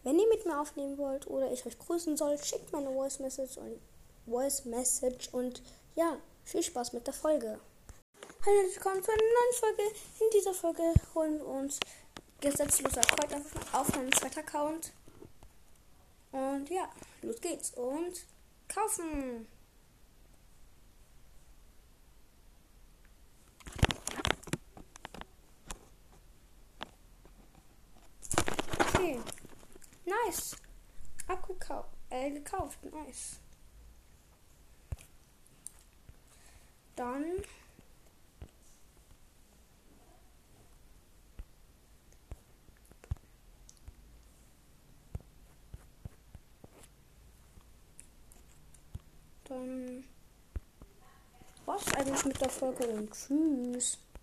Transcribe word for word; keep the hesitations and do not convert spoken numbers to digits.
Wenn ihr mit mir aufnehmen wollt oder ich euch grüßen soll, schickt mir eine Voice Message und Voice Message und ja, viel Spaß mit der Folge. Hallo und willkommen zu einer neuen Folge. In dieser Folge holen wir uns gesetzloser Colt auf, auf meinem zweiten Account. Und ja, los geht's und kaufen. Okay, nice. Abgekauft, äh, gekauft, nice. Dann Dann war's eigentlich mit der Folge und tschüss.